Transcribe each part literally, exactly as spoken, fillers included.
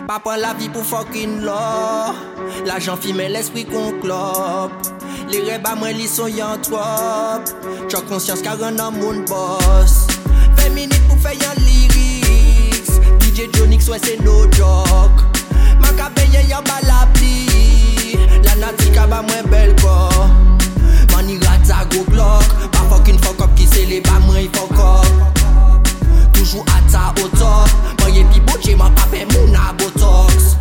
Pas prendre la vie pour fucking law. L'argent filme l'esprit qu'on clope. Les rêves à moi li sont y'en trop. J'ai conscience qu'à un homme mon boss. vingt minutes pour faire y'en lyrics. D J Jonix ouais c'est no joke. Ma cabeye y'en balabli. La natika ba moins belle quoi. Mani rata go block. Pas fucking fuck up qui c'est les bas moi il fuck up. Toujours à ta au top. Moi y'a pi bouche ma pape moun a botox.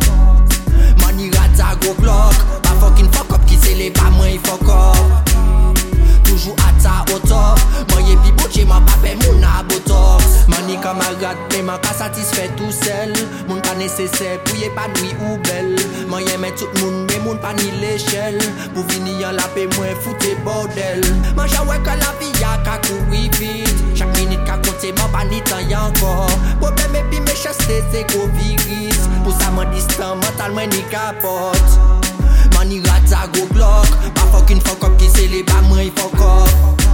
Mani rata go block. Pas fucking fuck up qui c'est les bas moi il fuck up. Toujours à ta au top. Moi y'a pi bouche ma pape moun a botox. Mani camarade mais ma ka satisfait tout seul. Moun pas nécessaire pour y épanouir ou belle. Moi y'a met tout moun mais moun pas ni l'échelle. Pour venir la paix moins foutre bordel. Moi j'avoue que la vie y'a qu'à courir vite. Chaque minute qu'à compter m'en pas ni temps y'a encore. Problème et puis méchanceté c'est gros virus. Pour ça m'en distant mentalement ni capote. Mani rata go block. Pas fucking fuck up qui c'est les bas moi il fuck up.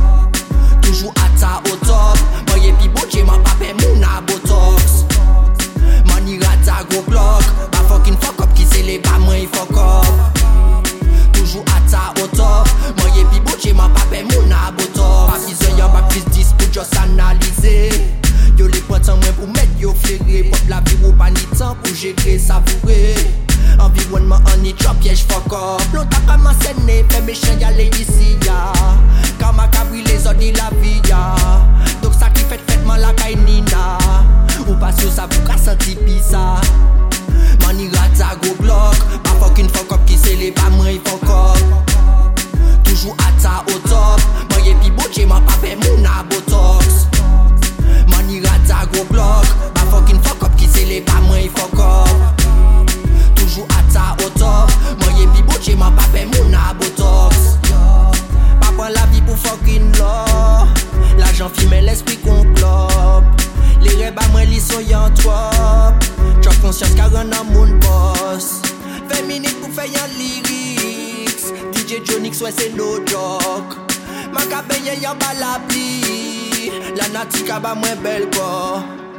Toujours à ta au top. Moi y'a pi bouche ma pape moun a botox. Mani rata go block. Pas fucking fuck up qui c'est les bas moi il fuck up. Toujours à ta au top. Moi y'a pi bouche ma pape moun a botox. Pas besoin y'a bac plus dix pour just analyser. Yo les points sans moi pour mettre yo flairé. Pop la vie ou pas ni temps pour gérer savourer. Environnement en y drop piège fuck up. Longtemps qu'à m'enseigner, fait méchant y'a les ici ya. Quand ma cabri les autres ni la vie ya. Donc ça qui fait fêtement la caille nina. Ou pas sur ça vous casse un petit pisa. Mani rata go block. Pas fucking fuck up qui c'est les bas moi il fuck up. Toujours à ta au top. Moi y'a pi bouche ma pape moun a botox. Mani rata go block. Pas fucking fuck up qui c'est les bas moi il fuck up. Toujours à ta au top. Moi y'a pi bouche ma pape moun a botox. Pas prendre la vie pour fucking law. L'argent filme l'esprit qu'on clope. Les rêves à moi li sont y'en trop. J'ai conscience qu'à un homme mon boss. vingt minutes pour faire y'en lyrics. D J Jonix ouais c'est no joke. Ma cabeye y'en balabli. La natika ba moins belle quoi.